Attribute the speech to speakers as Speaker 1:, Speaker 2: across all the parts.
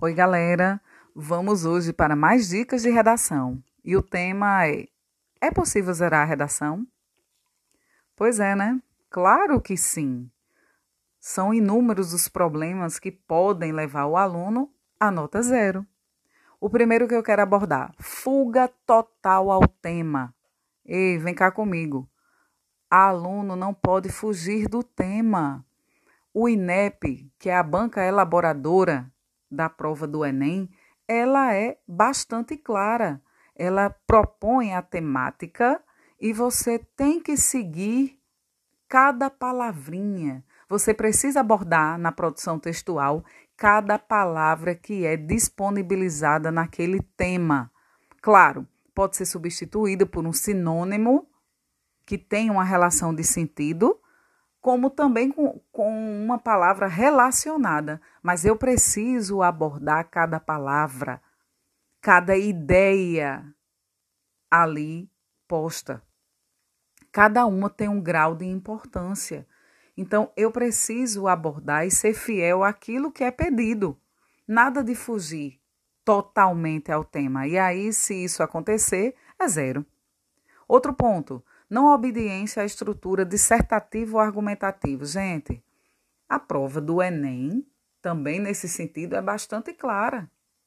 Speaker 1: Oi, galera! Vamos hoje para mais dicas de redação. E o tema é possível zerar a redação? Pois é, né? Claro que sim. São inúmeros os problemas que podem levar o aluno à nota zero. O primeiro que eu quero abordar, fuga total ao tema. Ei, vem cá comigo. Aluno não pode fugir do tema. O INEP, que é a banca elaboradora da prova do Enem, ela é bastante clara. Ela propõe a temática e você tem que seguir cada palavrinha. Você precisa abordar na produção textual cada palavra que é disponibilizada naquele tema. Claro, pode ser substituída por um sinônimo que tem uma relação de sentido, como também com uma palavra relacionada. Mas eu preciso abordar cada palavra, cada ideia ali posta. Cada uma tem um grau de importância. Então, eu preciso abordar e ser fiel àquilo que é pedido. Nada de fugir totalmente ao tema. E aí, se isso acontecer, é zero. Outro ponto, não obediência à estrutura dissertativo ou argumentativo. Gente, a prova do Enem, também nesse sentido, é bastante clara.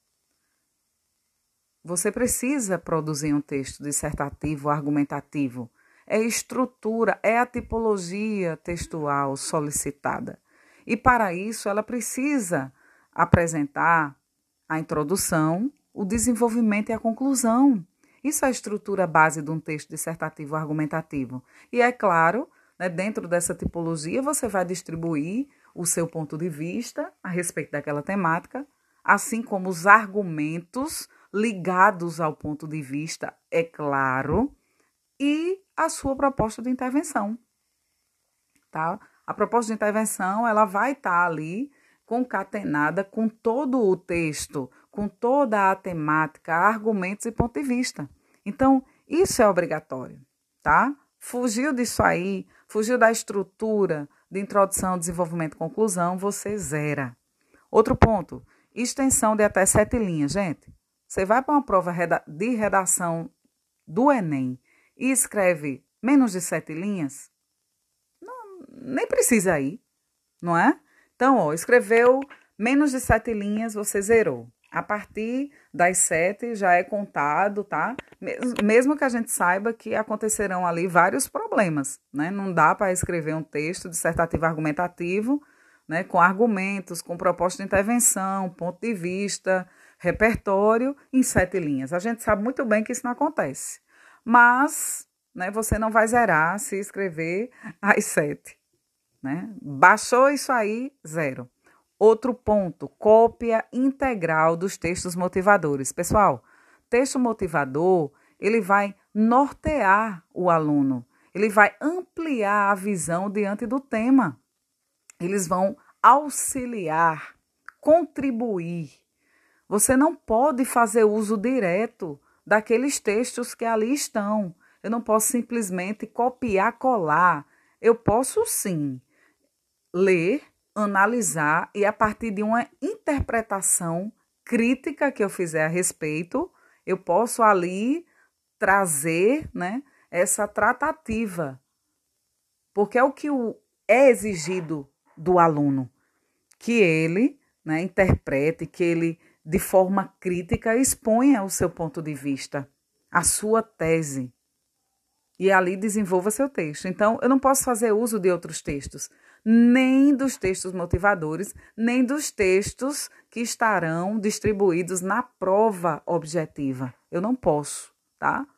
Speaker 1: Você precisa produzir um texto dissertativo ou argumentativo. É estrutura, é a tipologia textual solicitada. E para isso, ela precisa apresentar a introdução, o desenvolvimento e a conclusão. Isso é a estrutura base de um texto dissertativo argumentativo. E é claro, né, dentro dessa tipologia, você vai distribuir o seu ponto de vista a respeito daquela temática, assim como os argumentos ligados ao ponto de vista, é claro, e a sua proposta de intervenção. Tá? A proposta de intervenção ela vai estar ali concatenada com todo o texto, com toda a temática, argumentos e ponto de vista. Então, isso é obrigatório, tá? Fugiu disso aí, fugiu da estrutura de introdução, desenvolvimento e conclusão, você zera. Outro ponto, extensão de até 7 linhas. Gente, você vai para uma prova de redação do Enem e escreve menos de 7 linhas, nem precisa ir, não é? Então, escreveu menos de 7 linhas, você zerou. A partir das 7 já é contado, tá? Mesmo que a gente saiba que acontecerão ali vários problemas, né? Não dá para escrever um texto dissertativo argumentativo, né? Com argumentos, com proposta de intervenção, ponto de vista, repertório, em 7 linhas. A gente sabe muito bem que isso não acontece. Mas, né, você não vai zerar se escrever às 7. Né? Baixou isso aí, zero. Outro ponto, cópia integral dos textos motivadores. Pessoal, texto motivador, ele vai nortear o aluno, ele vai ampliar a visão diante do tema. Eles vão auxiliar, contribuir. Você não pode fazer uso direto daqueles textos que ali estão. Eu não posso simplesmente copiar, colar. Eu posso sim ler, analisar e a partir de uma interpretação crítica que eu fizer a respeito, eu posso ali trazer, né, essa tratativa. Porque é o que é exigido do aluno, que ele, né, interprete, que ele de forma crítica exponha o seu ponto de vista, a sua tese. E ali desenvolva seu texto. Então, eu não posso fazer uso de outros textos, nem dos textos motivadores, nem dos textos que estarão distribuídos na prova objetiva. Eu não posso, tá?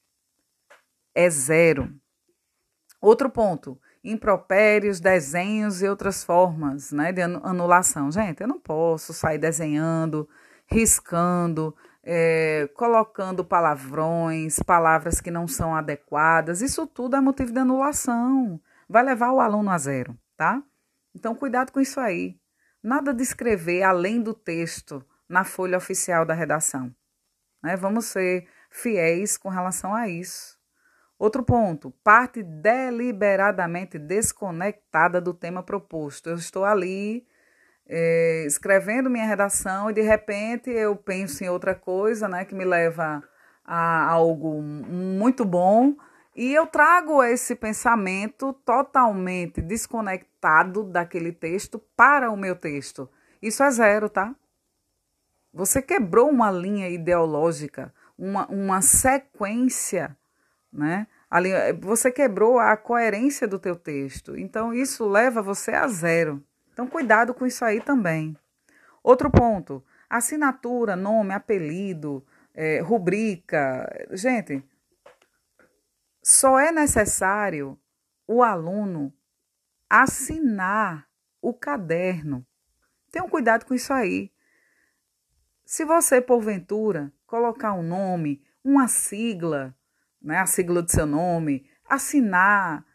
Speaker 1: É zero. Outro ponto, impropérios, desenhos e outras formas, né, de anulação. Gente, eu não posso sair desenhando, riscando, colocando palavrões, palavras que não são adequadas. Isso tudo é motivo de anulação. Vai levar o aluno a zero, tá? Então, cuidado com isso aí. Nada de escrever além do texto na folha oficial da redação. Né? Vamos ser fiéis com relação a isso. Outro ponto, parte deliberadamente desconectada do tema proposto. Eu estou ali escrevendo minha redação e de repente eu penso em outra coisa, né, que me leva a algo muito bom e eu trago esse pensamento totalmente desconectado daquele texto para o meu texto. Isso é zero, tá? Você quebrou uma linha ideológica, uma sequência, né? Ali, você quebrou a coerência do teu texto. Então, isso leva você a zero. Então, cuidado com isso aí também. Outro ponto, assinatura, nome, apelido, rubrica. Gente, só é necessário o aluno assinar o caderno. Tenham cuidado com isso aí. Se você, porventura, colocar um nome, uma sigla, né, a sigla do seu nome, assinar,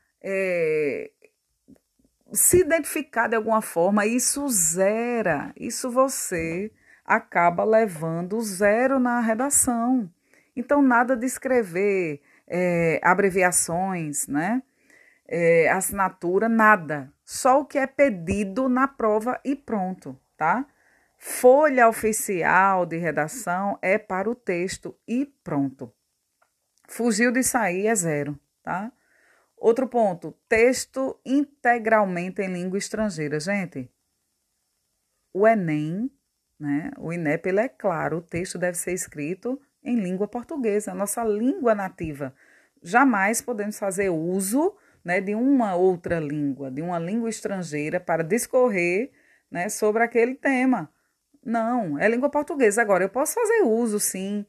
Speaker 1: se identificar de alguma forma, isso zera, isso você acaba levando zero na redação. Então, nada de escrever abreviações, né? Assinatura, nada. Só o que é pedido na prova e pronto, tá? Folha oficial de redação é para o texto e pronto. Fugiu disso aí é zero, tá? Outro ponto, texto integralmente em língua estrangeira. Gente, o Enem, né? O INEP, ele é claro, o texto deve ser escrito em língua portuguesa, nossa língua nativa. Jamais podemos fazer uso, né, de uma outra língua, de uma língua estrangeira para discorrer, né, sobre aquele tema. Não, é língua portuguesa. Agora, eu posso fazer uso, sim,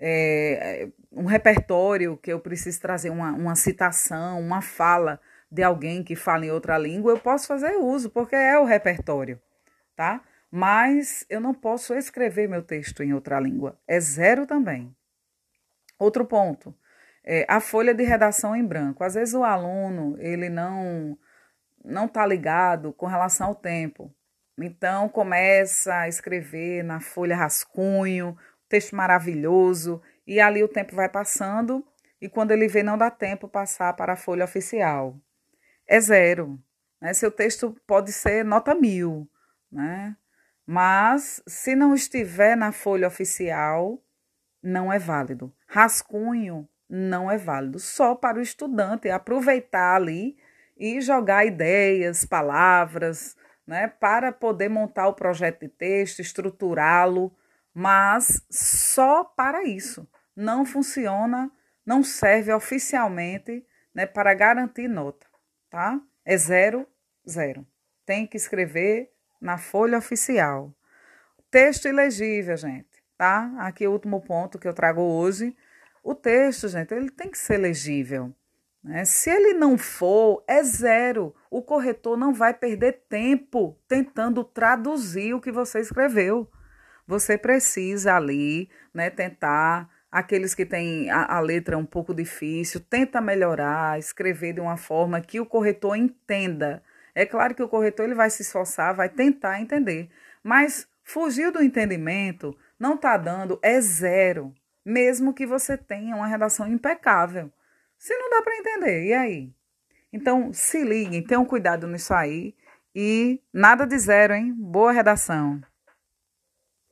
Speaker 1: um repertório que eu preciso trazer uma citação, uma fala de alguém que fala em outra língua, eu posso fazer uso, porque é o repertório, tá? Mas eu não posso escrever meu texto em outra língua. É zero também. Outro ponto, a folha de redação em branco. Às vezes o aluno, ele não está ligado com relação ao tempo. Então, começa a escrever na folha rascunho, texto maravilhoso, e ali o tempo vai passando, e quando ele vê, não dá tempo passar para a folha oficial. É zero, né? Seu texto pode ser nota 1000, né? Mas, se não estiver na folha oficial, não é válido. Rascunho não é válido, só para o estudante aproveitar ali e jogar ideias, palavras, né, para poder montar o projeto de texto, estruturá-lo, mas só para isso. Não funciona, não serve oficialmente, né, para garantir nota, tá? É zero, zero. Tem que escrever na folha oficial. Texto ilegível, gente, tá? Aqui é o último ponto que eu trago hoje. O texto, gente, ele tem que ser legível. Se ele não for, é zero. O corretor não vai perder tempo tentando traduzir o que você escreveu. Você precisa ali, né, tentar, aqueles que têm a letra um pouco difícil, tenta melhorar, escrever de uma forma que o corretor entenda. É claro que o corretor ele vai se esforçar, vai tentar entender, mas fugiu do entendimento, não está dando, é zero, mesmo que você tenha uma redação impecável. Se não dá para entender, e aí? Então, se liguem, tenham cuidado nisso aí e nada de zero, hein? Boa redação.